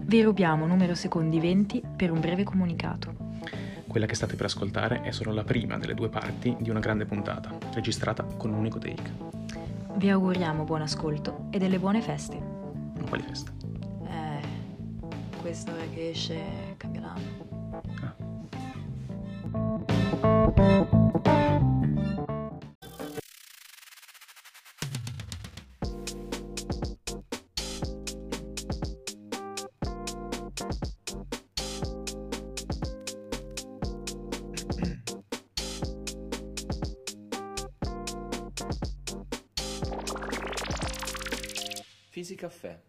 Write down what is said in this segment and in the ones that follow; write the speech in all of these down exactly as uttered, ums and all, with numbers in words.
Vi rubiamo numero secondi venti per un breve comunicato. Quella che state per ascoltare è solo la prima delle due parti di una grande puntata, registrata con un unico take. Vi auguriamo buon ascolto e delle buone feste. Ma quali feste? Eh, quest'ora che esce cambia l'anno. Ah. Fisicaffè.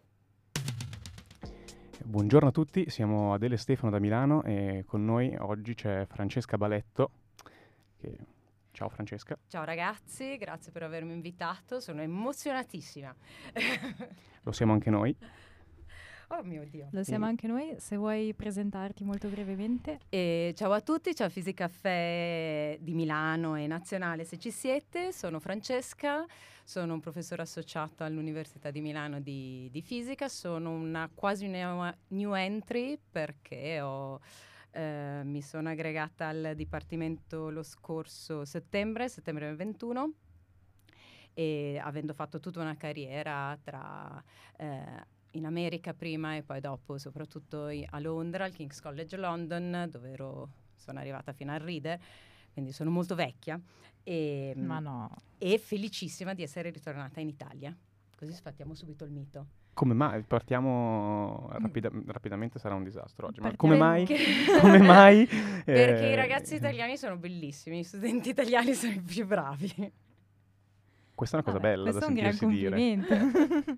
Buongiorno a tutti, siamo Adele e Stefano da Milano e con noi oggi c'è Francesca Baletto. Che... Ciao Francesca. Ciao ragazzi, grazie per avermi invitato, sono emozionatissima. Lo siamo anche noi. Oh mio Dio. Lo siamo anche noi, se vuoi presentarti molto brevemente. E ciao a tutti, ciao Fisicaffè di Milano e Nazionale se ci siete, sono Francesca, sono un professore associato all'Università di Milano di, di fisica, sono una quasi new, new entry perché ho, eh, mi sono aggregata al dipartimento lo scorso settembre, settembre ventuno, e avendo fatto tutta una carriera tra... Eh, in America prima e poi dopo soprattutto i- a Londra, al King's College London, dove ero, sono arrivata fino al Reader, quindi sono molto vecchia e, Ma no. e felicissima di essere ritornata in Italia. Così sfattiamo subito il mito. Come mai? Partiamo rapida- rapidamente, sarà un disastro oggi. Ma Partiamo- come mai? Perché- Come mai? Perché eh, i ragazzi italiani sono bellissimi, gli studenti italiani sono i più bravi. Questa è una cosa Vabbè, bella da questo è un gran sentirsi dire. complimento.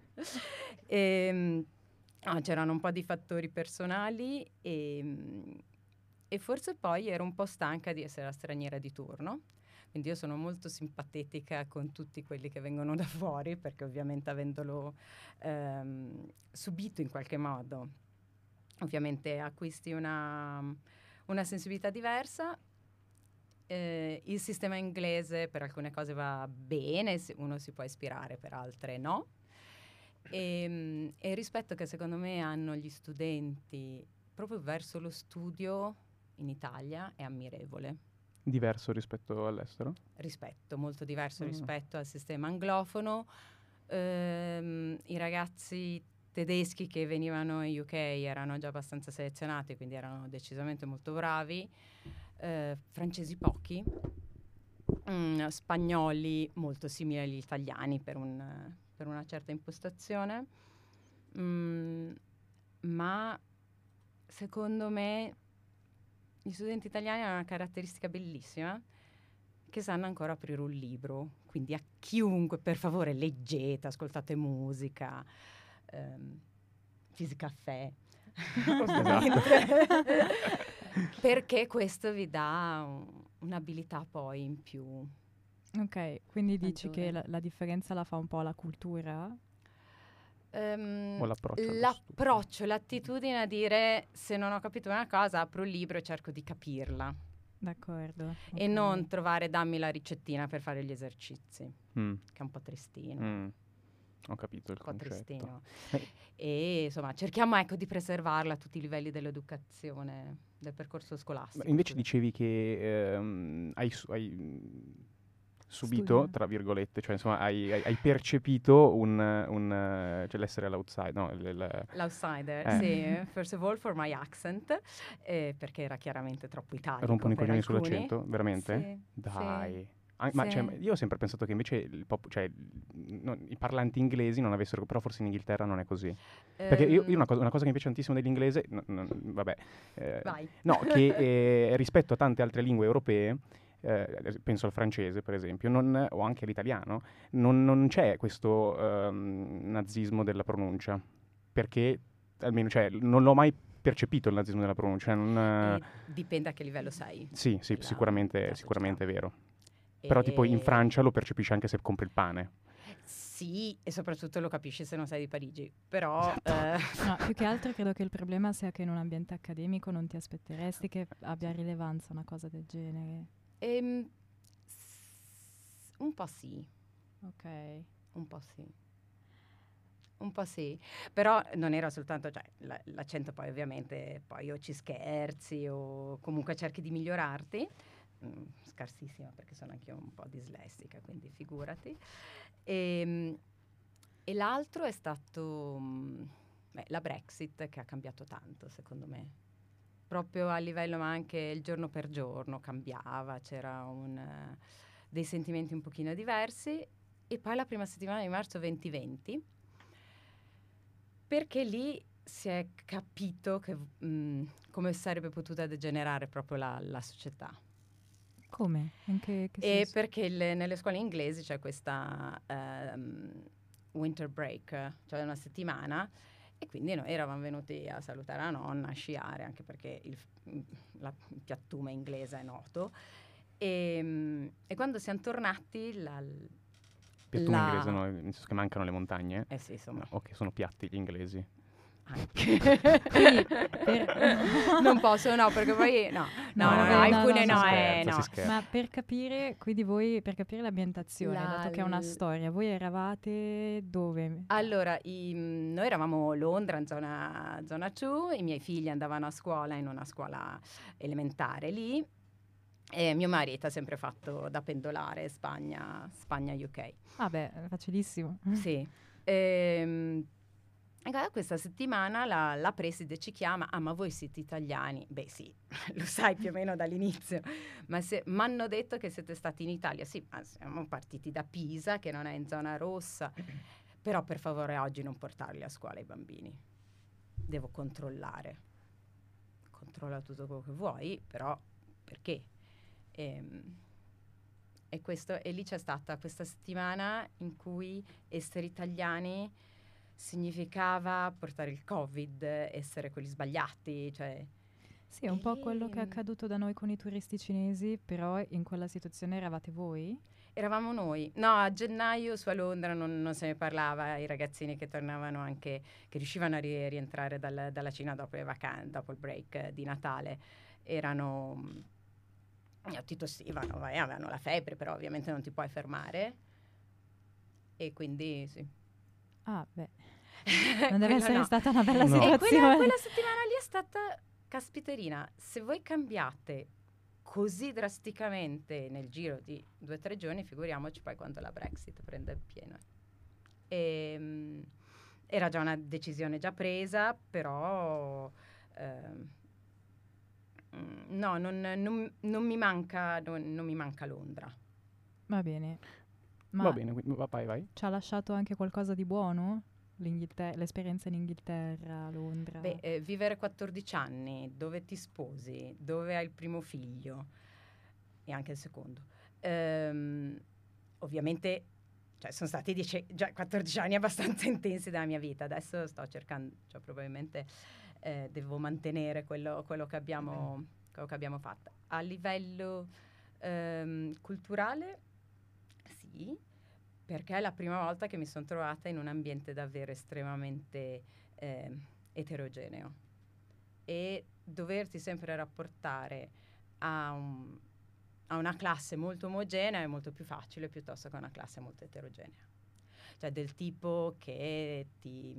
E, ah, c'erano un po' di fattori personali e, e forse poi ero un po' stanca di essere la straniera di turno. Quindi io sono molto simpatetica con tutti quelli che vengono da fuori, perché ovviamente avendolo ehm, subito in qualche modo, ovviamente acquisti una, una sensibilità diversa. Eh, il sistema inglese per alcune cose va bene, se- uno si può ispirare, per altre no. E, mm, e il rispetto che secondo me hanno gli studenti proprio verso lo studio in Italia è ammirevole. Diverso rispetto all'estero? Rispetto, molto diverso Mm. rispetto al sistema anglofono. Ehm, I ragazzi tedeschi che venivano in U K erano già abbastanza selezionati, quindi erano decisamente molto bravi. Eh, francesi pochi. Mm, spagnoli molto simili agli italiani per, un, per una certa impostazione. Mm, ma secondo me gli studenti italiani hanno una caratteristica bellissima, che sanno ancora aprire un libro, quindi a chiunque, per favore, leggete, ascoltate musica, ehm, Fisicaffè, ovviamente, perché questo vi dà un- un'abilità poi in più. Ok, quindi dici Maggiore. che la, la differenza la fa un po' la cultura? Ehm, O l'approccio allo l'approccio, l'attitudine a dire se non ho capito una cosa apro il libro e cerco di capirla D'accordo. e ok. non trovare dammi la ricettina per fare gli esercizi, Mm, che è un po' tristino. mm. Ho capito il Un po' concetto. tristino. Eh. E insomma cerchiamo ecco di preservarla a tutti i livelli dell'educazione, del percorso scolastico. Ma invece così. dicevi che ehm, hai, su- hai, mm, subito, Studia. tra virgolette, cioè insomma hai, hai- hai percepito un, un, eh, cioè l'essere l'outside, no? il- il- L'outsider, Eh. sì, first of all for my accent, eh, perché era chiaramente troppo italico rompono i per coglioni alcuni. sull'accento, veramente? Sì, Dai. sì. Ah, ma Sì. cioè, ma io ho sempre pensato che invece il pop- cioè, il- non- i parlanti inglesi non avessero, però forse in Inghilterra non è così. Perché io, io Ehm, una, cosa, una cosa che mi piace tantissimo dell'inglese, no- no- vabbè, eh, Vai. no, che eh, rispetto a tante altre lingue europee, eh, penso al francese per esempio, non- o anche all'italiano, non, non c'è questo ehm, nazismo della pronuncia, perché almeno, cioè, non l'ho mai percepito il nazismo della pronuncia. cioè non, eh, E dipende a che livello sei. sì, sì, della- sicuramente, della sicuramente è società. vero. Però tipo in E- Francia lo percepisci anche se compri il pane. Sì, e soprattutto lo capisci se non sei di Parigi. Però Esatto. eh, No, più che altro credo che il problema sia che in un ambiente accademico non ti aspetteresti che abbia rilevanza una cosa del genere. ehm, s- un po' sì, Ok. un po' sì. un po' sì, però non era soltanto, cioè, la- l'accento poi ovviamente, poi o ci scherzi o comunque cerchi di migliorarti, mm, scarsissima perché sono anche io un po' dislessica, quindi figurati. E, e l'altro è stato mm, beh, la Brexit, che ha cambiato tanto secondo me, proprio a livello, ma anche il giorno per giorno cambiava, c'era un, eh, dei sentimenti un pochino diversi. E poi la prima settimana di marzo duemilaventi, perché lì si è capito che, mh, come sarebbe potuta degenerare proprio la, la società. Come? In che, che E senso? perché le- nelle scuole inglesi c'è questa ehm, winter break, cioè una settimana, e quindi noi eravamo venuti a salutare la nonna, a sciare, anche perché il, la, il piattume inglese è noto. E, mh, e quando siamo tornati, la, Piattume la- inglese, no? Nel senso che mancano le montagne? Eh sì, insomma. No, ok, sono piatti gli inglesi. Anche. Quindi, per- non posso, no, perché poi no, no, No, no, no, vabbè, no, alcune no, no, no. Si eh, scherza, no. si scherza. Ma per capire, quindi voi, per capire l'ambientazione, La- dato che è una storia, voi eravate dove? Allora, i- mh, noi eravamo a Londra, in zona, zona due, i miei figli andavano a scuola in una scuola elementare lì, e mio marito ha sempre fatto da pendolare Spagna, Spagna-U K. Ah beh, facilissimo. Sì. Ehm, e guarda, questa settimana la, la preside ci chiama, ah ma voi siete italiani? Beh sì, lo sai più o meno dall'inizio, ma se mi hanno detto che siete stati in Italia, sì, ma siamo partiti da Pisa, che non è in zona rossa, però per favore oggi non portarli a scuola i bambini, devo controllare, controlla tutto quello che vuoi, però perché? Ehm, E, questo, e lì c'è stata questa settimana in cui essere italiani significava portare il Covid, essere quelli sbagliati, cioè... Sì, è un po' quello che è Ehm. accaduto da noi con i turisti cinesi, però in quella situazione eravate voi? Eravamo noi. No, a gennaio su a Londra non, non se ne parlava, i ragazzini che tornavano anche, che riuscivano a ri- rientrare dal- dalla Cina dopo le vacanze, dopo il break eh, di Natale, erano... eh, ti tossivano, vai, avevano la febbre, però ovviamente non ti puoi fermare. E quindi sì. Ah, beh, non deve Quello essere no. stata una bella No. E quella, situazione. quella settimana lì è stata caspiterina. Se voi cambiate così drasticamente nel giro di due o tre giorni, figuriamoci poi quando la Brexit prende il pieno. E, mh, era già una decisione già presa, però ehm, mm, no, non, non- non mi manca, non, non mi manca Londra. Va bene. Ma Va bene, quindi, va- vai, vai. ci ha lasciato anche qualcosa di buono? L'Inghilter- l'esperienza in Inghilterra, Londra? Beh, eh, vivere quattordici anni, dove ti sposi, dove hai il primo figlio e anche il secondo. Ehm, ovviamente, cioè, sono stati dieci, già quattordici anni abbastanza intensi della mia vita. Adesso sto cercando, cioè, probabilmente eh, devo mantenere quello, quello che abbiamo, quello che abbiamo fatto. A livello ehm, culturale, sì, perché è la prima volta che mi sono trovata in un ambiente davvero estremamente eh, eterogeneo e doverti sempre rapportare a, un- a una classe molto omogenea è molto più facile piuttosto che una classe molto eterogenea. Cioè del tipo che ti...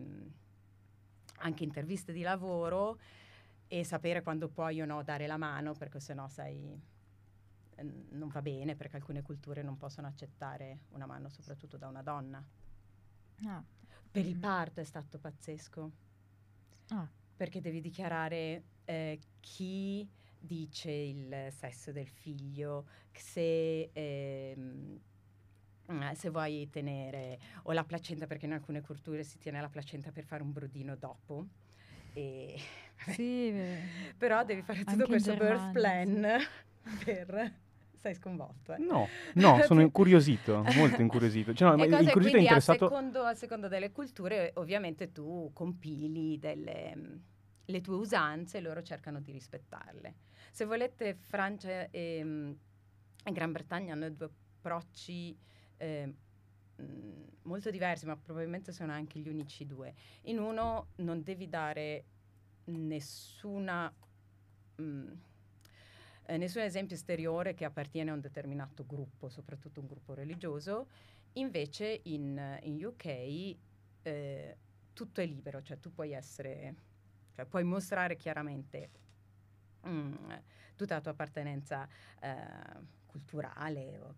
anche interviste di lavoro e sapere quando puoi o no dare la mano, perché sennò sai... eh, non va bene, perché alcune culture non possono accettare una mano, soprattutto da una donna. Ah. Per il Mm. parto è stato pazzesco, Ah, perché devi dichiarare eh, chi dice il sesso del figlio, se, ehm, eh, se vuoi tenere, o la placenta, perché in alcune culture si tiene la placenta per fare un brodino dopo. E sì, eh, però devi fare tutto anche in questo birth Germania, plan per... Sei sconvolto, eh? No, no, sono Sì. incuriosito, molto incuriosito. Cioè, no, ma E cose, incuriosito e quindi a interessato... secondo, a secondo delle culture ovviamente tu compili delle, mh, le tue usanze e loro cercano di rispettarle. Se volete, Francia e, mh, e Gran Bretagna hanno due approcci eh, mh, molto diversi, ma probabilmente sono anche gli unici due. In uno non devi dare nessuna... mh, eh, nessun esempio esteriore che appartiene a un determinato gruppo, soprattutto un gruppo religioso. Invece in, in U K eh, tutto è libero, cioè tu puoi essere, cioè puoi mostrare chiaramente mm, tutta la tua appartenenza eh, culturale o,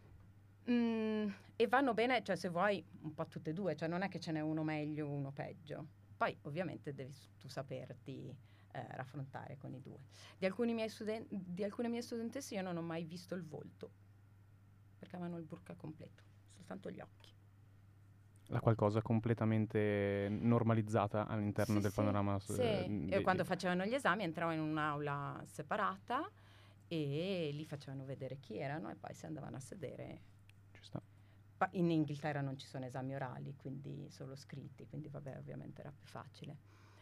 mm, e vanno bene, cioè se vuoi un po' tutte e due, cioè non è che ce n'è uno meglio uno peggio, poi ovviamente devi tu saperti eh, raffrontare con i due. Di alcuni miei studen- di alcune mie studentesse io non ho mai visto il volto perché avevano il burqa completo, soltanto gli occhi. La qualcosa completamente normalizzata all'interno Sì, del sì, panorama. sì. eh, Io de- quando facevano gli esami entravo in un'aula separata e lì facevano vedere chi erano e poi si andavano a sedere. Ci sta. Pa- In Inghilterra non ci sono esami orali, quindi solo scritti, quindi vabbè, ovviamente era più facile.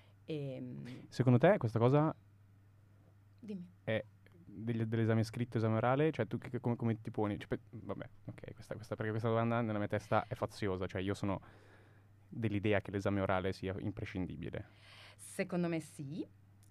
E, Secondo te questa cosa dimmi. è degli, dell'esame scritto, esame orale? Cioè tu che, che- come, come ti poni? Cioè, pe- vabbè, ok, questa, questa, perché questa domanda nella mia testa è faziosa, cioè io sono dell'idea che l'esame orale sia imprescindibile. Secondo me sì,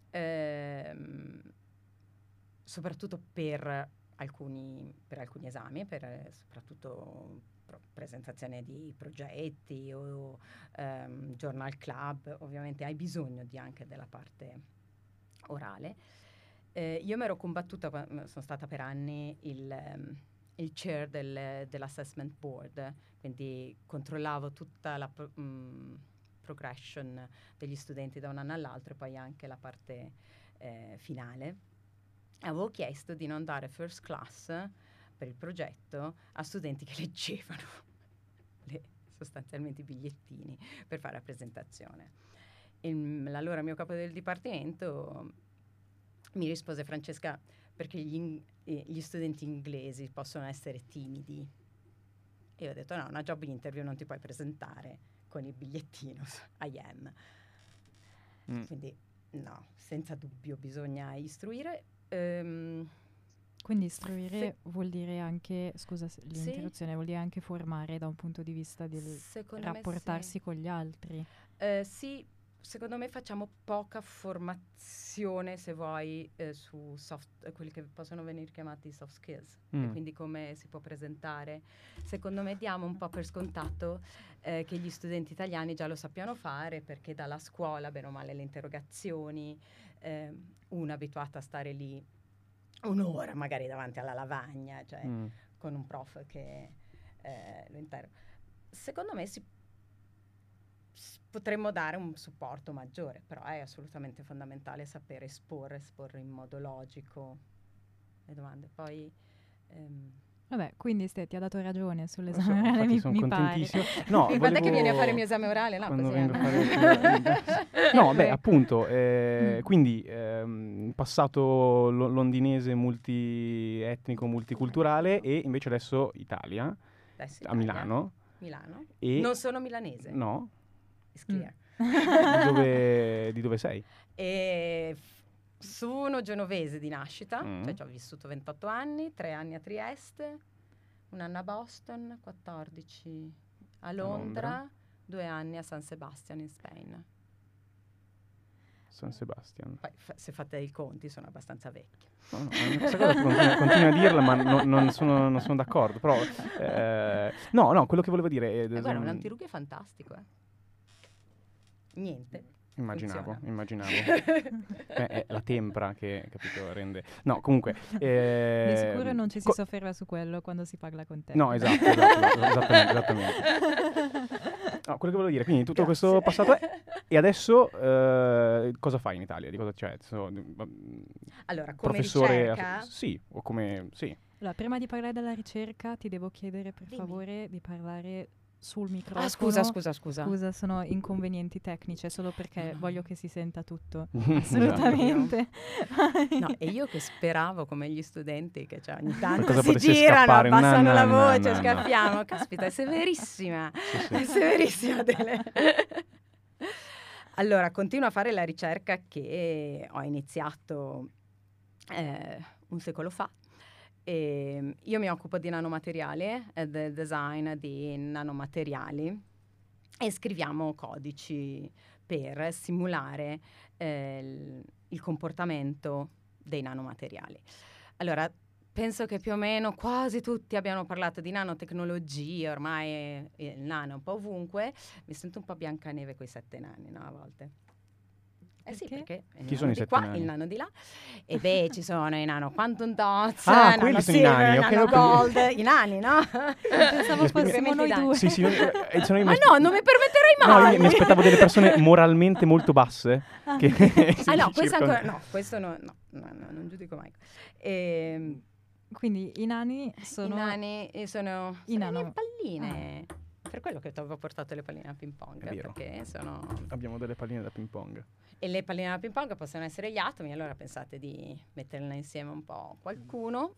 ehm, soprattutto per alcuni, per alcuni esami, per eh, soprattutto pro- presentazione di progetti o ehm, journal club, ovviamente hai bisogno di anche della parte orale. Eh, io mi ero combattuta, qua- sono stata per anni il, ehm, il chair del- dell'assessment board, quindi controllavo tutta la pro- mh, progression degli studenti da un anno all'altro e poi anche la parte eh, finale. Avevo chiesto di non dare first class per il progetto a studenti che leggevano le, sostanzialmente i bigliettini per fare la presentazione. Il, allora mio capo del dipartimento mi rispose: Francesca, perché gli, in- eh, gli studenti inglesi possono essere timidi. E io ho detto no, una job interview non ti puoi presentare con il bigliettino I am. Mm. Quindi no, senza dubbio bisogna istruire. Ehm, Quindi istruire Se- vuol dire anche, scusa se- Sì. l'interruzione, vuol dire anche formare da un punto di vista del secondo me rapportarsi sì. con gli altri. Eh, sì, secondo me facciamo poca formazione, se vuoi, eh, su soft, eh, quelli che possono venire chiamati soft skills, e Mm. quindi come si può presentare. Secondo me diamo un po' per scontato eh, che gli studenti italiani già lo sappiano fare, perché dalla scuola, bene o male, le interrogazioni, eh, una abituata a stare lì un'ora magari davanti alla lavagna, cioè Mm. con un prof che eh, lo interroga. Secondo me si s- potremmo dare un supporto maggiore, però è assolutamente fondamentale sapere esporre, esporre in modo logico le domande. Poi ehm, Vabbè, quindi Ste ti ha dato ragione Lo so, sull'esame orale, infatti mi, sono mi pare. contentissimo. No, quando è che volevo- vieni a fare il mio esame orale? No, quando così vengo a è. fare no, beh, Ecco. appunto, eh, Mm. quindi ehm, passato lo- londinese multietnico, multiculturale e invece adesso Italia, Adesso a Italia, Milano. Milano. E Non sono milanese, no, it's clear. di dove, di dove sei? E f- sono genovese di nascita, Mm. cioè ci ho vissuto ventotto anni, tre anni a Trieste, un anno a Boston, quattordici a Londra, Londra. due anni a San Sebastian in Spagna. San Sebastian. Poi fa- se fate i conti sono abbastanza vecchia. No, no, eh, questa cosa tu continui, continui a dirla, ma no- non, sono, non sono d'accordo. Però, eh, no, no, quello che volevo dire è. E guarda, un antirughe è fantastico, eh. Niente. Immaginavo, funziona. immaginavo. Beh, è la tempra che, capito, rende. No, comunque. eh, Di sicuro non ci si co- sofferma su quello quando si parla con te. No, esatto, esatto, esattamente, esattamente. No, quello che volevo dire, quindi tutto questo Grazie. passato è. E adesso eh, cosa fai in Italia? Di cosa c'è? So, mm, Allora, come professore? ricerca, Sì, o come. Sì. Allora, prima di parlare della ricerca, ti devo chiedere per Dimmi. favore di parlare sul microfono. ah, scusa, scusa, scusa. Scusa, sono inconvenienti tecnici, è solo perché No. voglio che si senta tutto. Esatto. Assolutamente. No, e io che speravo, come gli studenti, che cioè, ogni tanto Qualcosa si potesse girano, scappare. No, abbassano no, la no, voce, no, no. scappiamo. Caspita, è severissima. Sì, sì. È severissima, Adele. Allora, continuo a fare la ricerca che ho iniziato eh, un secolo fa. E io mi occupo di nanomateriali e del design di nanomateriali e scriviamo codici per simulare eh, il, il comportamento dei nanomateriali. Allora, penso che più o meno quasi tutti abbiano parlato di nanotecnologie, ormai è- è il nano è un po' ovunque. Mi sento un po' Biancaneve con i sette nani, no, a volte. Eh sì, Perché? perché il Chi nano sono i di sette qua, nani? il nano di là. E beh, ci sono i nano Quantum Dots, Ah, nano quelli sono i Silver, nani, ok, nano ho capito. Gold, i nani, no? Pensavo Mi- fossimo noi Ovviamente i due. Sì, sì, io- eh, sono io Ma mi- no, non mi permetterei No, io mai! mi, mi aspettavo delle persone moralmente molto basse. Che Ah no, si questo circondano- ancora no, questo no, no, no, no, non giudico mai. Ehm, Quindi i nani sono... I nani eh, sono, I sono nano- le palline. Per quello che ti avevo portato le palline a ping pong, È vero. perché sono... Abbiamo delle palline da ping pong. E le palline a ping pong possono essere gli atomi, allora pensate di metterle insieme un po' qualcuno,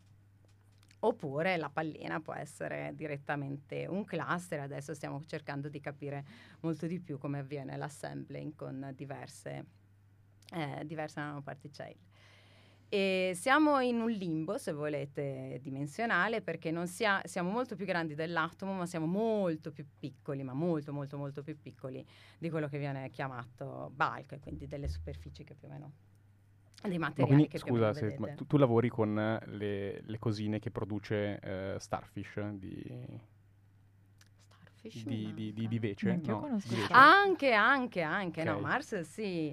oppure la pallina può essere direttamente un cluster. Adesso stiamo cercando di capire molto di più come avviene l'assembling con diverse, eh, diverse nanoparticelle. E siamo in un limbo, se volete, dimensionale, perché non sia- siamo molto più grandi dell'atomo, ma siamo molto più piccoli, ma molto molto molto più piccoli di quello che viene chiamato bulk, quindi delle superfici che più o meno, dei Ma materiali quindi, che più o scusa, meno se- vedete. ma tu, tu lavori con eh, le, le cosine che produce eh, Starfish di, Starfish di, mi di, di, manca. di Vece? Neanche io No, conosco di Vece. Starfish. Anche, anche, anche, no, Ok. Mars sì.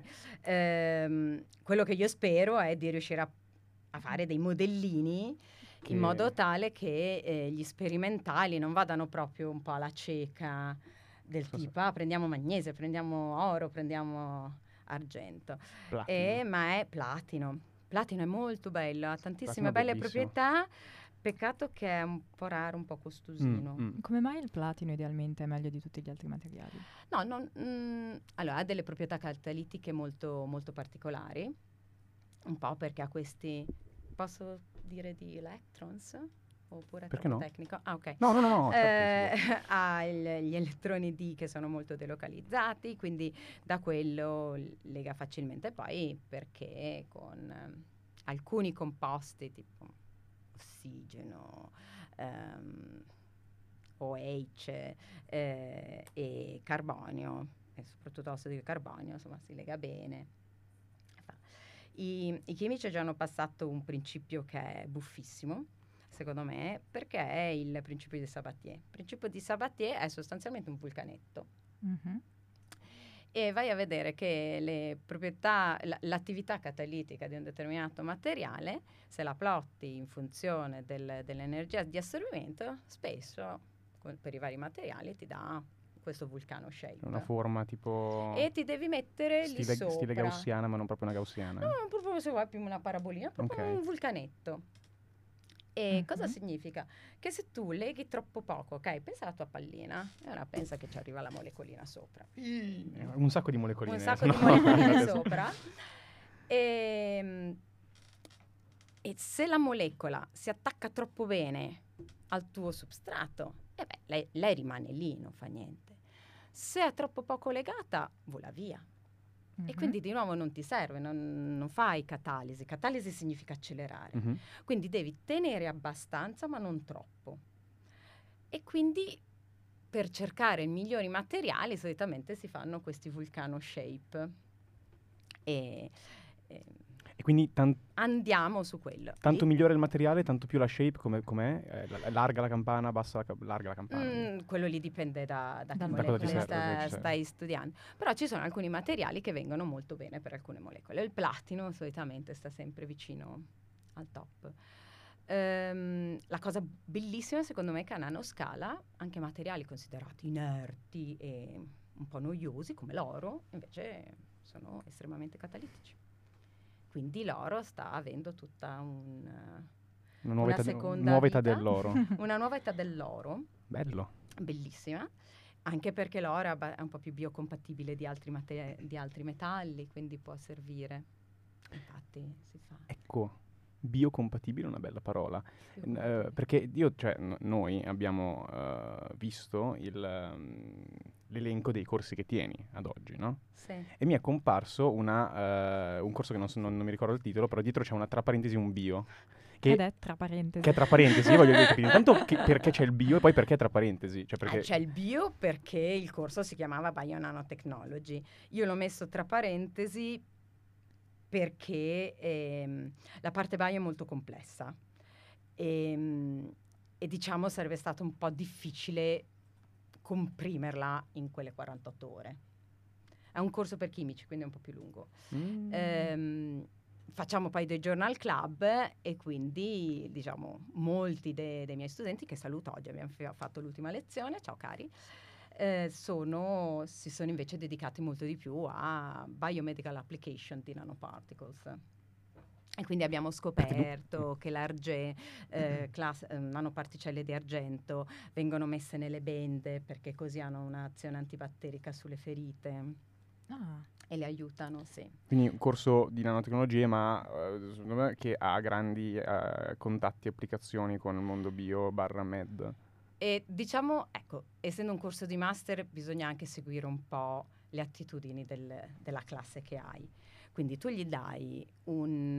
Ehm, quello che io spero è di riuscire a, a fare dei modellini Che- in modo tale che eh, gli sperimentali non vadano proprio un po' alla cieca del So- so- tipo, ah, prendiamo magnesio, prendiamo oro, prendiamo argento. Platino. Eh, ma è platino. Platino è molto bello, ha tantissime Platino belle bellissimo. proprietà. Peccato che è un po' raro, un po' costosino. Mm, mm. Come mai il platino idealmente è meglio di tutti gli altri materiali? No, non, mm, allora ha delle proprietà catalitiche molto, molto particolari, un po' perché ha questi, posso dire di electrons? Oppure è Perché troppo no? tecnico? Ah, ok. No, no, no, no, Eh, certo, sì. ha il- gli elettroni D che sono molto delocalizzati, quindi da quello l- lega facilmente. Poi perché con ehm, alcuni composti tipo ossigeno, ehm, O H eh, e carbonio, e soprattutto ossido di carbonio, insomma si lega bene. I, I chimici già hanno passato un principio che è buffissimo, secondo me, perché è il principio di Sabatier. Il principio di Sabatier è sostanzialmente un vulcanetto. Mhm. E vai a vedere che le proprietà, la- l'attività catalitica di un determinato materiale, se la plotti in funzione del- dell'energia di assorbimento, spesso con- per i vari materiali ti dà questo vulcano shape. Una forma tipo E ti devi mettere lì stile, sopra. stile gaussiana, ma non proprio una gaussiana. No, non proprio se vuoi più una parabolina, proprio Ok. un vulcanetto. E Mhm. cosa significa? Che se tu leghi troppo poco, ok, pensa alla tua pallina, e ora pensa che ci arriva la molecolina sopra. Eh, Un sacco di molecoline. Un sacco se di no- molecoline adesso- sopra. E, e se la molecola si attacca troppo bene al tuo substrato, eh beh, lei, lei rimane lì, non fa niente. Se è troppo poco legata, vola via. E Mhm. quindi di nuovo non ti serve, non, non fai catalisi. Catalisi significa accelerare. Mhm. Quindi devi tenere abbastanza, ma non troppo. E quindi per cercare i migliori materiali solitamente si fanno questi vulcano shape. E, e E quindi tan- andiamo su quello. tanto Lì- migliore il materiale, tanto più la shape come, com'è? Eh, la- larga la campana, bassa la, ca- larga la campana. Mm, quello lì dipende da, da che Da cosa ti molecole serve, sta- cosa ti serve. stai studiando. Però ci sono alcuni materiali che vengono molto bene per alcune molecole. Il platino solitamente sta sempre vicino al top. Ehm, la cosa bellissima secondo me è che a nanoscala anche materiali considerati inerti e un po' noiosi come l'oro invece sono estremamente catalitici. Quindi l'oro sta avendo tutta un, Una nuova, una età, de- seconda nuova età vita. dell'oro. una nuova età dell'oro, Bello. bellissima, anche perché l'oro è abba- è un po' più biocompatibile di altri, mate- di altri metalli, quindi può servire. Infatti si fa. Ecco, biocompatibile è una bella parola. più N- eh, compatibile. perché io, cioè, n- noi abbiamo eh, visto il, ehm, l'elenco dei corsi che tieni ad oggi, no? Sì. E mi è comparso una, eh, un corso che non, so- non- non mi ricordo il titolo, però dietro c'è una tra parentesi un bio. Che, Ed è tra parentesi. che è tra parentesi, io voglio capire intanto che- perché c'è il bio e poi perché è tra parentesi. Cioè perché Eh, c'è il bio perché il corso si chiamava Bionanotechnology. Io l'ho messo tra parentesi perché ehm, la parte bio è molto complessa e, mh, e diciamo sarebbe stato un po' difficile comprimerla in quelle quarantotto ore. È un corso per chimici, quindi è un po' più lungo. Mm. Ehm, facciamo poi dei journal club e quindi diciamo molti de- dei miei studenti, che saluto oggi, abbiamo f- fatto l'ultima lezione, ciao cari, eh, sono, si sono invece dedicati molto di più a biomedical application di nanoparticles. E quindi abbiamo scoperto che l'arge, eh, class- eh, nanoparticelle di argento vengono messe nelle bende perché così hanno un'azione antibatterica sulle ferite. Ah. E le aiutano, sì. Quindi un corso di nanotecnologie, ma uh, secondo me che ha grandi uh, contatti e applicazioni con il mondo bio barra med. E diciamo, ecco, essendo un corso di master bisogna anche seguire un po' le attitudini del, della classe che hai. Quindi tu gli dai un,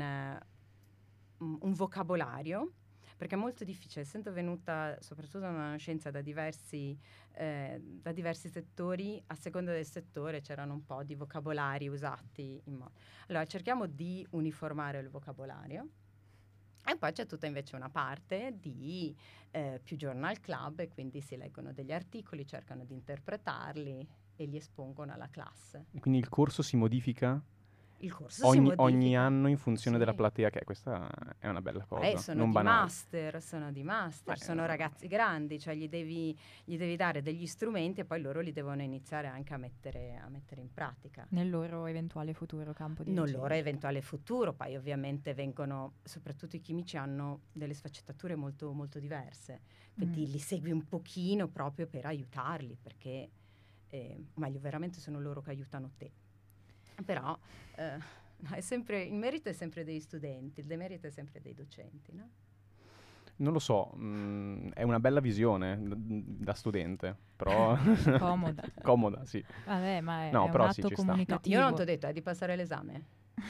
uh, un vocabolario, perché è molto difficile, essendo venuta soprattutto una scienza da diversi, eh, da diversi settori, a seconda del settore c'erano un po' di vocabolari usati in modo. Allora cerchiamo di uniformare il vocabolario. E poi c'è tutta invece una parte di eh, più journal club, e quindi si leggono degli articoli, cercano di interpretarli e li espongono alla classe. Quindi il corso si modifica? Il corso ogni, si modifica. ogni anno in funzione sì. della platea, che questa è una bella cosa. Eh, sono non di banale. master, sono di master, Beh, sono no. ragazzi grandi, cioè gli devi, gli devi dare degli strumenti e poi loro li devono iniziare anche a mettere, a mettere in pratica. Nel loro eventuale futuro campo di Nel ricerca. loro eventuale futuro, poi ovviamente vengono, soprattutto i chimici hanno delle sfaccettature molto, molto diverse, quindi mm. li segui un pochino proprio per aiutarli, perché, eh, meglio, veramente sono loro che aiutano te. Però... Eh, No, è sempre, il merito è sempre degli studenti, il demerito è sempre dei docenti, no? Non lo so, mh, è una bella visione d- da studente, però... Comoda. Comoda, sì. Vabbè, ma è, no, è però un sì, atto ci sta. comunicativo. No, io non ti ho detto, è di passare l'esame.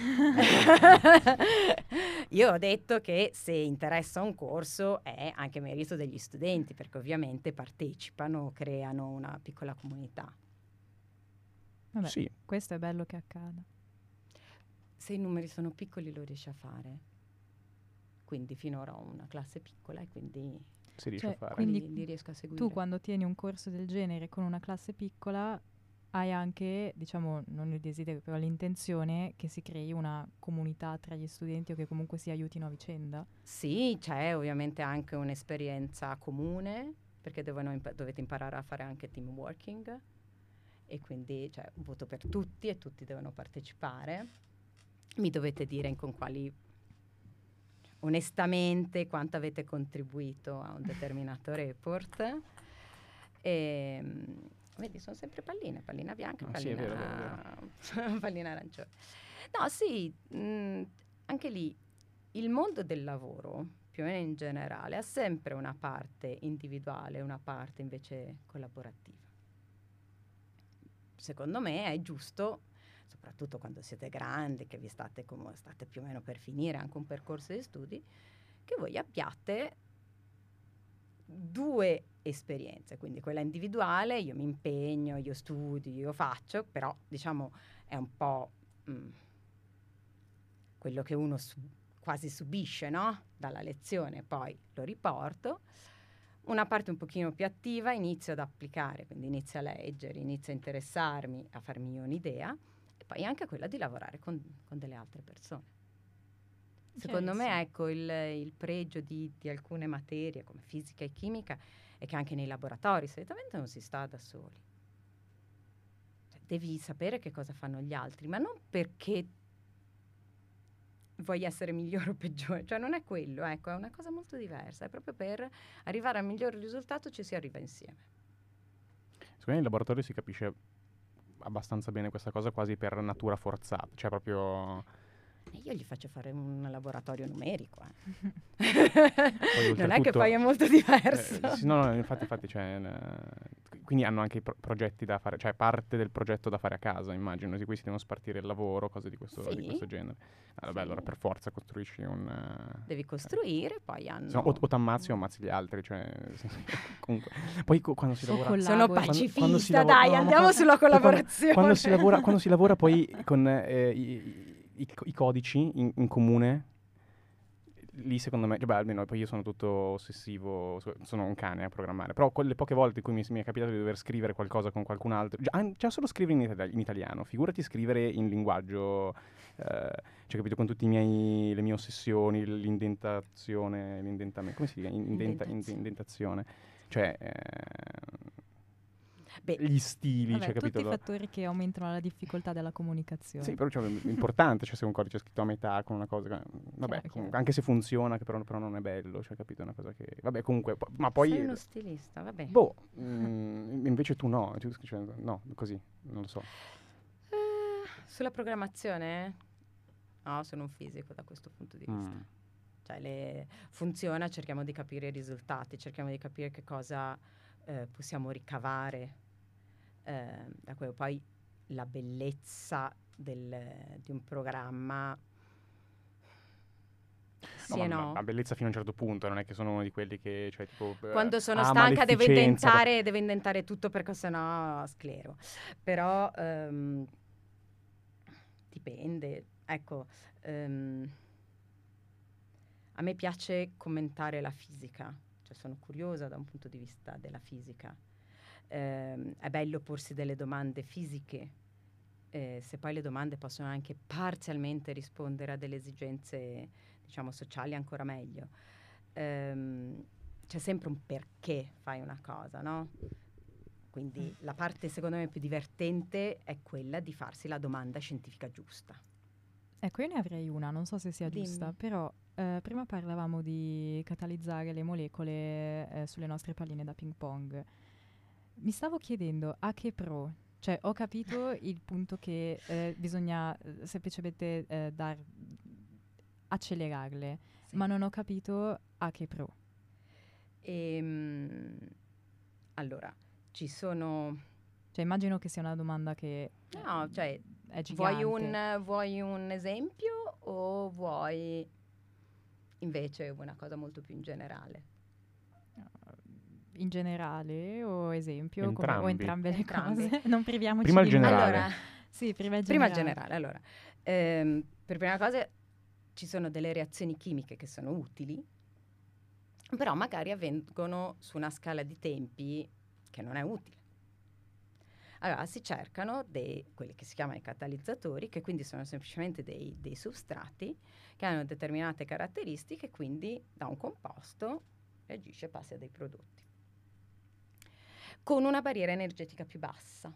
Io ho detto che se interessa un corso è anche merito degli studenti, perché ovviamente partecipano, creano una piccola comunità. Vabbè, sì. Questo è bello che accada. Se i numeri sono piccoli lo riesci a fare, quindi finora ho una classe piccola e quindi si riesce cioè, a fare. Quindi li, li riesco a seguire. Tu quando tieni un corso del genere con una classe piccola hai anche, diciamo, non il desiderio, però l'intenzione che si crei una comunità tra gli studenti o che comunque si aiutino a vicenda? Sì, c'è ovviamente anche un'esperienza comune, perché devono impa- dovete imparare a fare anche team working, e quindi c'è un voto per tutti e tutti devono partecipare. Mi dovete dire con quali, onestamente, quanto avete contribuito a un determinato report. E, vedi, sono sempre palline, pallina bianca, ah, pallina, sì, è vero, è vero. pallina arancione. No, sì, mh, anche lì il mondo del lavoro, più o meno in generale, ha sempre una parte individuale e una parte invece collaborativa. Secondo me è giusto, soprattutto quando siete grandi, che vi state, come state più o meno per finire anche un percorso di studi, che voi abbiate due esperienze, quindi quella individuale, io mi impegno, io studio, io faccio, però diciamo è un po' mh, quello che uno su- quasi subisce, no? Dalla lezione, poi lo riporto. Una parte un pochino più attiva, inizio ad applicare, quindi inizio a leggere, inizio a interessarmi, a farmi io un'idea, e poi anche quella di lavorare con, con delle altre persone. Secondo me, ecco, il, il pregio di, di alcune materie come fisica e chimica è che anche nei laboratori solitamente non si sta da soli. Cioè, devi sapere che cosa fanno gli altri, ma non perché vuoi essere migliore o peggiore, cioè non è quello, ecco, è una cosa molto diversa, è proprio per arrivare al miglior risultato ci si arriva insieme. Secondo me in laboratorio si capisce abbastanza bene questa cosa, quasi per natura forzata, cioè proprio... Io gli faccio fare un laboratorio numerico, eh. Poi, non è che poi è molto diverso. Eh, sì, no, no, infatti, infatti cioè, eh, quindi hanno anche i pro- progetti da fare, cioè parte del progetto da fare a casa, immagino, di cui si devono spartire il lavoro, cose di questo, sì. di questo genere. Ah, vabbè, sì. Allora per forza costruisci un... Uh, Devi costruire, cioè. Poi hanno... No, o, o t'ammazzi o ammazzi gli altri, cioè... comunque. Poi co- quando si lavora... Sono pacifista, quando, quando si dai, lavora, no, andiamo quando, sulla collaborazione. Quando, quando, si lavora, quando si lavora poi con eh, i, i, i codici in, in comune, lì secondo me, cioè, beh, almeno poi io sono tutto ossessivo, so- sono un cane a programmare, però quelle poche volte in cui mi, mi è capitato di dover scrivere qualcosa con qualcun altro, già, an- già solo scrivere in, itali- in italiano, figurati scrivere in linguaggio, eh, cioè capito, con tutte le mie ossessioni, l'indentazione, l'indentamento, come si dice? Indenta- Indentazione. indentazione, cioè... eh, Beh, gli stili, Vabbè, cioè, capito? tutti fattori che aumentano la difficoltà della comunicazione. Sì, però cioè, è importante, cioè se un codice è scritto a metà con una cosa, che- vabbè, Chiaro, comunque, chiaro. anche se funziona, che però, però non è bello, cioè, capito? È una cosa che, vabbè, comunque, po- ma sei poi, uno stilista, vabbè. boh, mm, invece tu no, tu- cioè, no, così, non lo so. Eh, sulla programmazione? No, sono un fisico da questo punto di vista. Mm. Cioè, le, funziona, cerchiamo di capire i risultati, cerchiamo di capire che cosa eh, possiamo ricavare eh, da quello. Poi la bellezza del- di un programma, sì No, e ma, ma- no. ma bellezza fino a un certo punto, non è che sono uno di quelli che, cioè, tipo, eh, Quando sono ama stanca devo l'efficienza, inventare, devo inventare tutto perché sennò sclero. Però ehm, dipende. Ecco, ehm, a me piace commentare la fisica, cioè sono curiosa da un punto di vista della fisica. Ehm, è bello porsi delle domande fisiche, eh, se poi le domande possono anche parzialmente rispondere a delle esigenze, diciamo, sociali, ancora meglio. Ehm, c'è sempre un perché fai una cosa, no? Quindi la parte secondo me più divertente è quella di farsi la domanda scientifica giusta. Ecco, io ne avrei una, non so se sia Dimmi. giusta, però eh, prima parlavamo di catalizzare le molecole eh, sulle nostre palline da ping pong. Mi stavo chiedendo a che pro, cioè ho capito il punto che eh, bisogna eh, semplicemente eh, dar, accelerarle, Sì. ma non ho capito a che pro. Ehm, allora, ci sono... Cioè immagino che sia una domanda che No, eh, cioè, è gigante. vuoi un, vuoi un esempio o vuoi invece una cosa molto più in generale? In generale o esempio come- o Entrambi. entrambe le Entrambi. cose? Non priviamoci Prima il di nulla. generale. Allora, Sì, prima il prima generale. il generale. Allora, ehm, per prima cosa ci sono delle reazioni chimiche che sono utili, però magari avvengono su una scala di tempi che non è utile. Allora si cercano dei, quelli che si chiamano i catalizzatori, che quindi sono semplicemente dei, dei substrati che hanno determinate caratteristiche, quindi da un composto reagisce e passa a dei prodotti con una barriera energetica più bassa.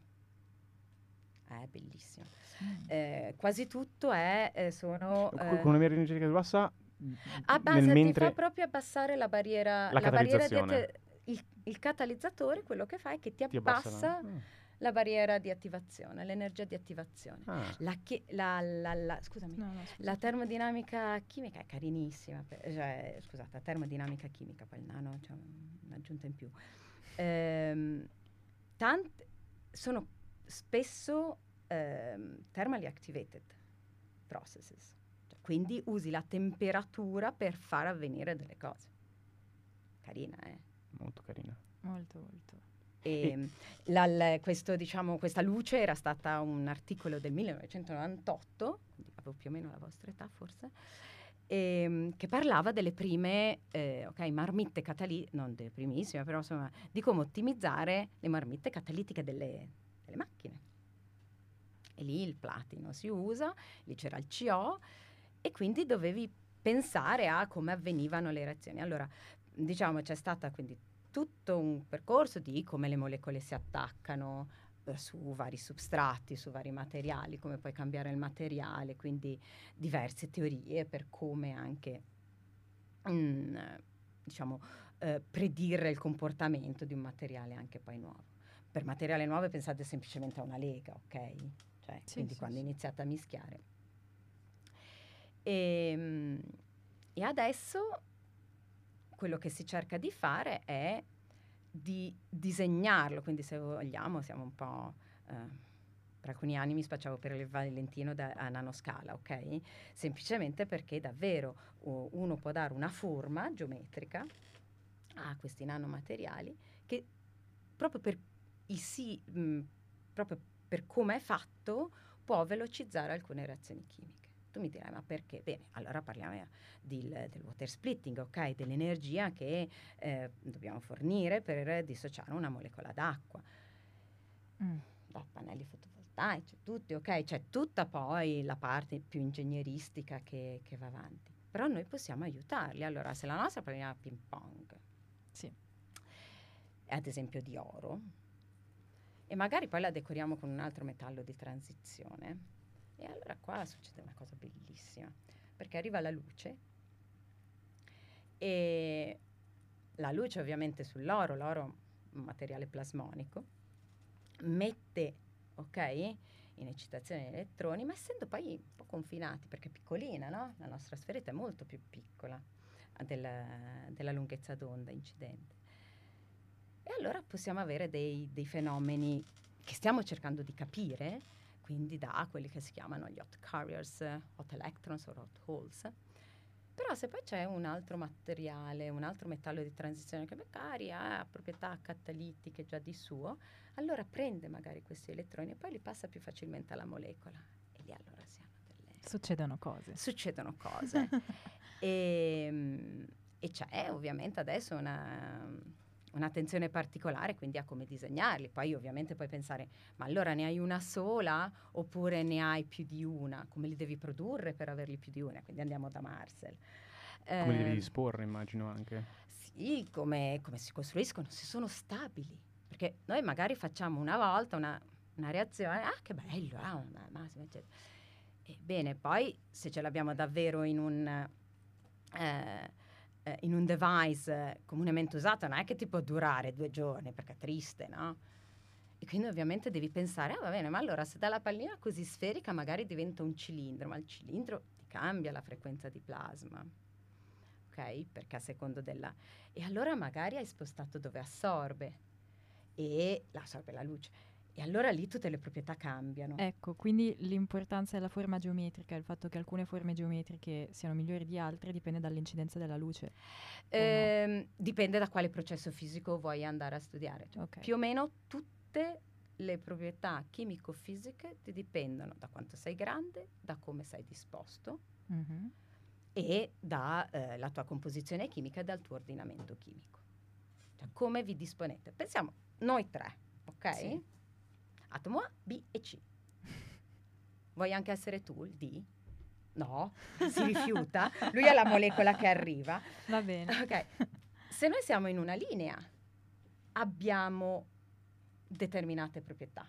È bellissimo. Mm. Eh, quasi tutto è, eh, sono... Con eh, con una mia energetica più bassa, abbassa, nel ti mentre... fa proprio abbassare la barriera, La la barriera di catalizzazione. atti- il, il catalizzatore, quello che fa è che ti Ti abbassa abbassa la... la barriera di attivazione, l'energia di attivazione. Ah. Ah. La, chi- la, la, la- scusami, No, no, scusa. la termodinamica chimica è carinissima, per- cioè, scusate, la termodinamica chimica, poi il nano c'è un'aggiunta in più. Ehm, tante, sono spesso ehm, thermally activated processes, cioè, quindi usi la temperatura per far avvenire delle cose. Carina, eh? Molto carina. Molto, molto. E la- la- questo, diciamo, questa luce era stata un articolo del millenovecentonovantotto, quindi avevo più o meno la vostra età forse, ehm, che parlava delle prime eh, ok, marmitte catalitiche, non delle primissime, però insomma, di come ottimizzare le marmitte catalitiche delle, delle macchine. E lì il platino si usa, lì c'era il C O e quindi dovevi pensare a come avvenivano le reazioni. Allora, diciamo, c'è stata quindi tutto un percorso di come le molecole si attaccano eh, su vari substrati, su vari materiali, come puoi cambiare il materiale, quindi diverse teorie per come anche mm, diciamo eh, predire il comportamento di un materiale anche poi nuovo. Per materiale nuovo pensate semplicemente a una lega, ok? Cioè, Sì, quindi sì, quando sì. iniziate a mischiare. E, e adesso quello che si cerca di fare è di disegnarlo, quindi se vogliamo siamo un po'... Eh, per alcuni anni mi spacciavo per il Valentino da, a nanoscala, ok? Semplicemente perché davvero uh, uno può dare una forma geometrica a questi nanomateriali che proprio per i sì, mh, proprio per come è fatto può velocizzare alcune reazioni chimiche. Tu mi dirai, ma perché? Bene, allora parliamo di, del water splitting, ok? Dell'energia che eh, dobbiamo fornire per dissociare una molecola d'acqua. Mm. Da pannelli fotovoltaici, tutti, ok? C'è tutta poi la parte più ingegneristica che, che va avanti. Però noi possiamo aiutarli. Allora, se la nostra pallina ping pong, sì, è ad esempio di oro, e magari poi la decoriamo con un altro metallo di transizione, e allora qua succede una cosa bellissima, perché arriva la luce, e la luce ovviamente sull'oro, l'oro è un materiale plasmonico, mette, ok, in eccitazione gli elettroni, ma essendo poi un po' confinati, perché è piccolina, no? La nostra sferetta è molto più piccola della, della lunghezza d'onda incidente. E allora possiamo avere dei, dei fenomeni che stiamo cercando di capire, quindi da quelli che si chiamano gli hot carriers, hot electrons o hot holes. Però se poi c'è un altro materiale, un altro metallo di transizione che magari ha proprietà catalitiche già di suo, allora prende magari questi elettroni e poi li passa più facilmente alla molecola. E lì allora si hanno delle... Succedono cose. Succedono cose. e, e c'è ovviamente adesso una... un'attenzione particolare quindi a come disegnarli. Poi ovviamente puoi pensare, ma allora ne hai una sola oppure ne hai più di una? Come li devi produrre per averli più di una? Quindi andiamo da Marcel. Come eh, li devi disporre, immagino anche. Sì, come, come si costruiscono, se sono stabili. Perché noi magari facciamo una volta una, una reazione, ah che bello, ah, una massima, eccetera. Ebbene, poi se ce l'abbiamo davvero in un... Eh, in un device eh, comunemente usato, non è che ti può durare due giorni, perché è triste, no? E quindi ovviamente devi pensare, ah va bene, ma allora se dalla pallina così sferica magari diventa un cilindro, ma il cilindro ti cambia la frequenza di plasma, ok? Perché a secondo della... E allora magari hai spostato dove assorbe, e la assorbe la luce. E allora lì tutte le proprietà cambiano. Ecco, quindi l'importanza della forma geometrica, il fatto che alcune forme geometriche siano migliori di altre, dipende dall'incidenza della luce. Eh, no? Dipende da quale processo fisico vuoi andare a studiare. Cioè, okay. Più o meno tutte le proprietà chimico-fisiche ti dipendono da quanto sei grande, da come sei disposto mm-hmm. e dalla eh, tua composizione chimica e dal tuo ordinamento chimico. Cioè, come vi disponete? Pensiamo, noi tre, ok? Sì. Atomo A, B e C. Vuoi anche essere tu il D? No, si rifiuta. Lui è la molecola che arriva. Va bene. Ok. Se noi siamo in una linea, abbiamo determinate proprietà.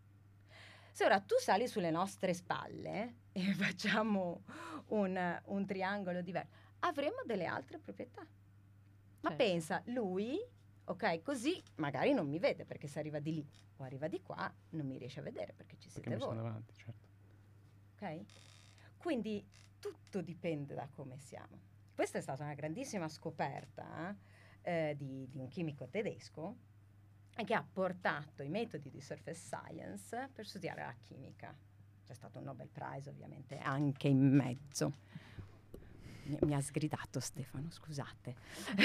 Se ora tu sali sulle nostre spalle e facciamo un, un triangolo diverso, avremo delle altre proprietà. Ma certo. Pensa, lui... Ok, così magari non mi vede perché se arriva di lì o arriva di qua non mi riesce a vedere perché ci siete perché voi. Mi sono davanti, certo. Ok? Quindi tutto dipende da come siamo. Questa è stata una grandissima scoperta eh, di, di un chimico tedesco che ha portato i metodi di surface science per studiare la chimica. C'è stato un Nobel Prize ovviamente anche in mezzo. Mi, mi ha sgridato Stefano, scusate.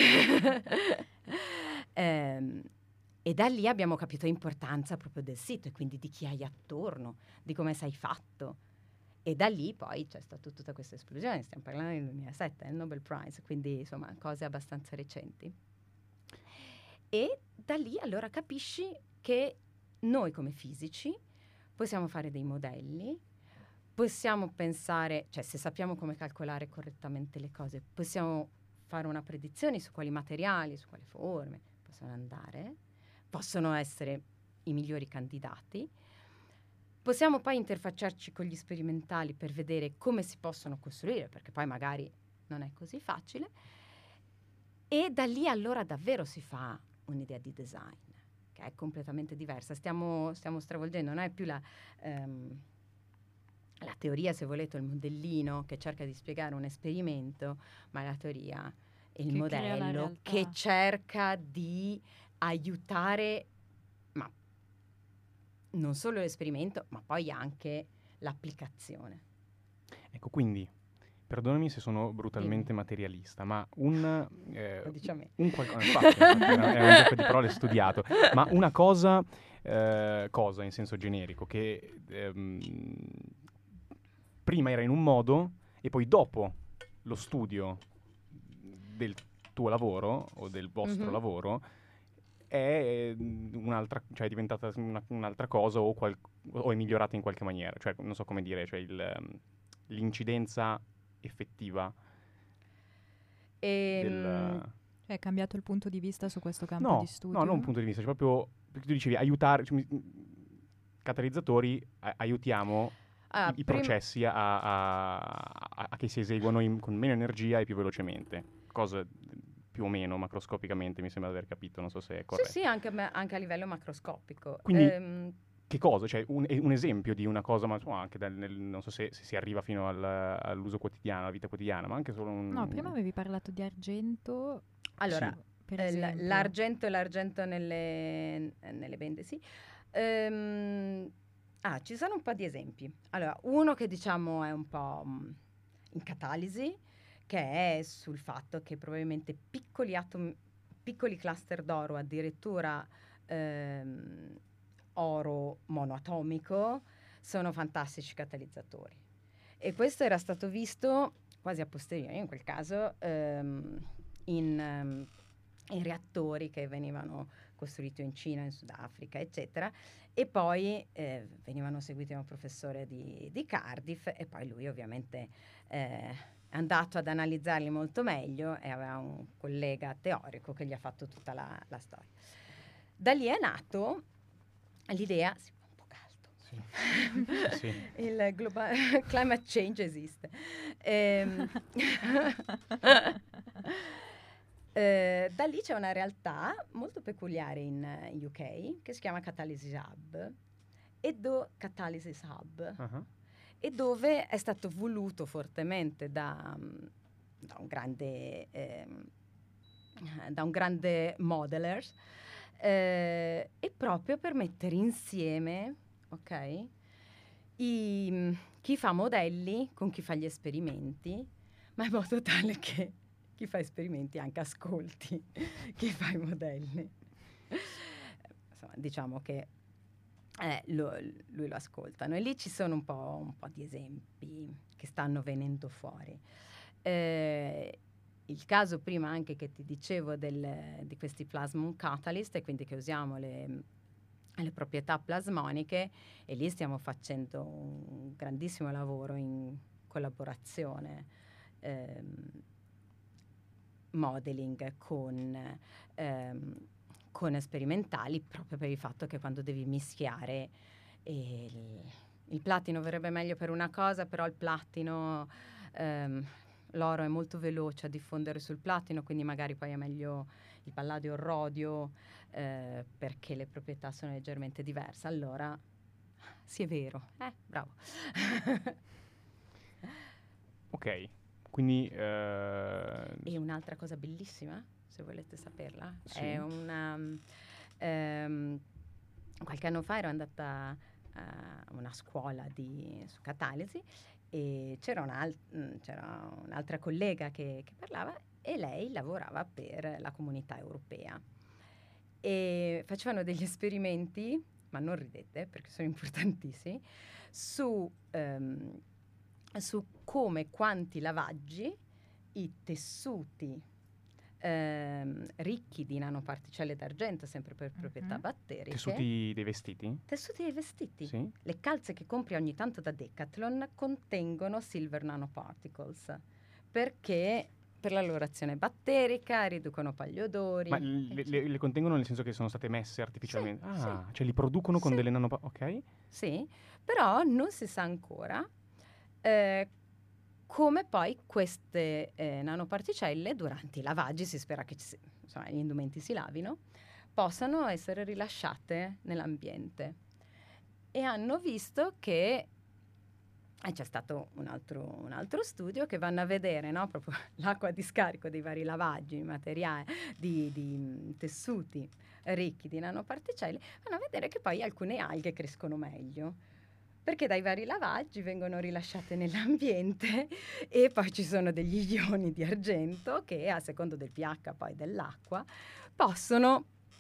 ehm, e da lì abbiamo capito l'importanza proprio del sito e quindi di chi hai attorno, di come sei fatto. E da lì poi c'è stata tutta questa esplosione, stiamo parlando del duemilasette, il Nobel Prize, quindi insomma cose abbastanza recenti. E da lì allora capisci che noi come fisici possiamo fare dei modelli, possiamo pensare, cioè se sappiamo come calcolare correttamente le cose, possiamo fare una predizione su quali materiali, su quali forme possono andare, possono essere i migliori candidati. Possiamo poi interfacciarci con gli sperimentali per vedere come si possono costruire, perché poi magari non è così facile. E da lì allora davvero si fa un'idea di design, che è completamente diversa. Stiamo, stiamo stravolgendo, non è più la... Um, la teoria, se volete, il modellino che cerca di spiegare un esperimento, ma la teoria è il che modello che cerca di aiutare, ma non solo l'esperimento, ma poi anche l'applicazione. Ecco, quindi, perdonami se sono brutalmente Dimmi. materialista, ma un... Eh, Lo dici a me. Un qualcosa, infatti, è un gioco di parole studiato, ma una cosa, eh, cosa in senso generico, che... Ehm, prima era in un modo e poi dopo lo studio del tuo lavoro o del vostro Mhm. lavoro è mm, un'altra, cioè è diventata una- un'altra cosa o, qual- o è migliorata in qualche maniera, cioè non so come dire, cioè il, ehm, l'incidenza effettiva E, del... Cioè, è cambiato il punto di vista su questo campo No, di studio? no, non un punto di vista, cioè proprio, perché tu dicevi aiutare, cioè, mi- catalizzatori, a- aiutiamo ah, i, i prim- processi a, a- a- a che si eseguono in- con meno energia e più velocemente, cosa più o meno macroscopicamente mi sembra di aver capito, non so se è Sì, corretto. sì, anche, a- anche a livello macroscopico. Quindi Ehm, che cosa? Cioè un, un esempio di una cosa, ma insomma, anche dal- nel- non so se, se si arriva fino al- all'uso quotidiano, alla vita quotidiana, ma anche solo un... No, prima avevi parlato di argento. allora, Sì. Per eh, l- esempio. l'argento e l'argento nelle, nelle bende, sì. Ehm, ah, ci sono un po' di esempi. Allora, uno che diciamo è un po' mh, in catalisi, che è sul fatto che probabilmente piccoli atomi, piccoli cluster d'oro, addirittura ehm, oro monoatomico, sono fantastici catalizzatori. E questo era stato visto quasi a posteriori, in quel caso, ehm, in, ehm, in reattori che venivano costruiti in Cina, in Sudafrica, eccetera, e poi eh, venivano seguiti da un professore di, di Cardiff e poi lui ovviamente eh, è andato ad analizzarli molto meglio e aveva un collega teorico che gli ha fatto tutta la, la storia. Da lì è nato l'idea, sì, un po' caldo, Sì. il global climate change esiste. Ehm, eh, da lì c'è una realtà molto peculiare in eh, U K che si chiama Catalysis Hub e do, Catalysis Hub Ah, e dove è stato voluto fortemente da, mm, da un grande ehm, da un grande modeler eh, e proprio per mettere insieme, ok, i, mm, chi fa modelli con chi fa gli esperimenti, ma in modo tale che chi fa esperimenti anche ascolti chi fa i modelli. Insomma, diciamo che eh, lo- lui lo ascoltano e lì ci sono un po', un po' di esempi che stanno venendo fuori. Eh, il caso prima anche che ti dicevo del- di questi plasmon catalyst e quindi che usiamo le, le proprietà plasmoniche e lì stiamo facendo un grandissimo lavoro in collaborazione ehm, modeling con, ehm, con sperimentali proprio per il fatto che quando devi mischiare eh, il, il platino verrebbe meglio per una cosa, però il platino ehm, l'oro è molto veloce a diffondere sul platino, quindi magari poi è meglio il palladio o il rodio eh, perché le proprietà sono leggermente diverse. Allora, sì, è vero. Eh, bravo. ok, quindi... eh, E un'altra cosa bellissima, se volete saperla, Sì. è una... um, ehm, qualche anno fa ero andata a una scuola di, su catalisi e c'era, un'al- mm, c'era un'altra collega che, che parlava e lei lavorava per la comunità europea e facevano degli esperimenti, ma non ridete perché sono importantissimi, su, ehm, su come quanti lavaggi i tessuti ehm, ricchi di nanoparticelle d'argento, sempre per proprietà Mhm. batteriche, tessuti dei vestiti? tessuti dei vestiti. Sì. Le calze che compri ogni tanto da Decathlon contengono silver nanoparticles perché per la loro azione batterica riducono pagli odori. Ma le, eccetera. le- le contengono nel senso che sono state messe artificialmente? Sì, Ah, cioè li producono con sì. delle nanopa... Ok. Sì, però non si sa ancora eh, come poi queste eh, nanoparticelle durante i lavaggi, si spera che ci si- insomma, gli indumenti si lavino, possano essere rilasciate nell'ambiente. E hanno visto che e c'è stato un altro, un altro studio che vanno a vedere no? proprio l'acqua di scarico dei vari lavaggi, materiali, di, di mh, tessuti ricchi di nanoparticelle, vanno a vedere che poi alcune alghe crescono meglio. Perché dai vari lavaggi vengono rilasciate nell'ambiente e poi ci sono degli ioni di argento che a secondo del pH poi dell'acqua possono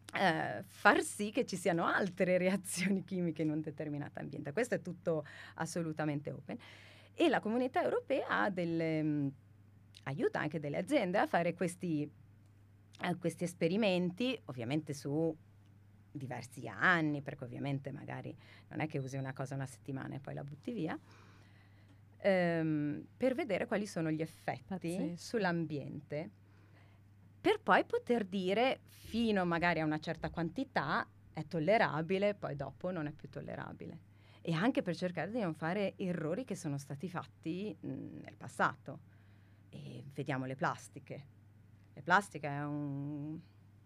eh, far sì che ci siano altre reazioni chimiche in un determinato ambiente. Questo è tutto assolutamente open. E la Comunità Europea ha delle, mh, aiuta anche delle aziende a fare questi, eh, questi esperimenti, ovviamente su diversi anni, perché ovviamente magari non è che usi una cosa una settimana e poi la butti via, ehm, per vedere quali sono gli effetti Pazzesco. sull'ambiente, per poi poter dire fino magari a una certa quantità è tollerabile, poi dopo non è più tollerabile. E anche per cercare di non fare errori che sono stati fatti mh, nel passato. E vediamo le plastiche. Le plastiche è un,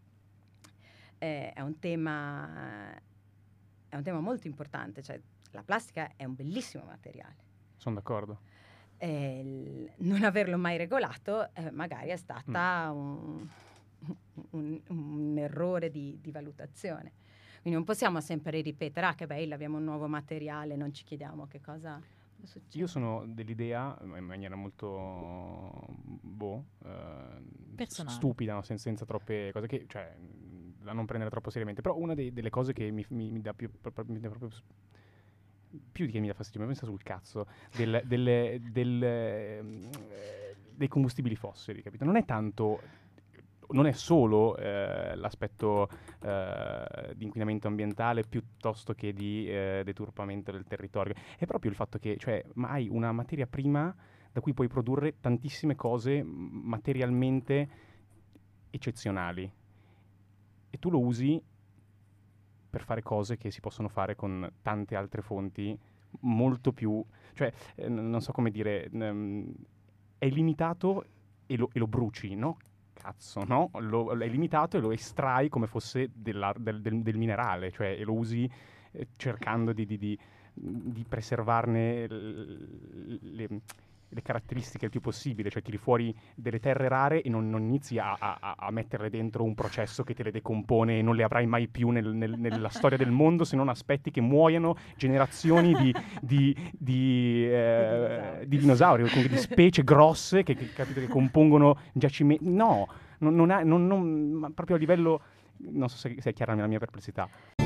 è, è un tema è un tema molto importante, cioè la plastica è un bellissimo materiale. Sono d'accordo. Eh, il non averlo mai regolato eh, magari è stata mm. un, un, un errore di, di valutazione. Quindi non possiamo sempre ripetere, ah che bello, abbiamo un nuovo materiale, non ci chiediamo che cosa succede. Io sono dell'idea, in maniera molto boh, eh, stupida, no? Sen- senza troppe cose che, cioè, da non prendere troppo seriamente, però una dei, delle cose che mi, mi, mi dà più, mi dà proprio più di che mi dà fastidio, mi sta sul cazzo, del, del, del, eh, dei combustibili fossili, capito? Non è tanto... non è solo eh, l'aspetto eh, di inquinamento ambientale piuttosto che di eh, deturpamento del territorio, è proprio il fatto che, cioè, ma hai una materia prima da cui puoi produrre tantissime cose materialmente eccezionali e tu lo usi per fare cose che si possono fare con tante altre fonti molto più, cioè, eh, non so come dire, um, è limitato e lo, e lo bruci, no? Cazzo, no? Lo, è limitato e lo estrai come fosse della, del, del, del minerale, cioè e lo usi eh, cercando di, di, di, di preservarne le, le, le caratteristiche il più possibile, cioè tiri fuori delle terre rare e non, non inizi a, a, a metterle dentro un processo che te le decompone e non le avrai mai più nel, nel, nella storia del mondo, se non aspetti che muoiano generazioni di, di, di, eh, di dinosauri, comunque di specie grosse che, che, capito, che compongono giacimenti. No, non, non ha, non, non, ma proprio a livello, non so se, se è chiara la mia perplessità.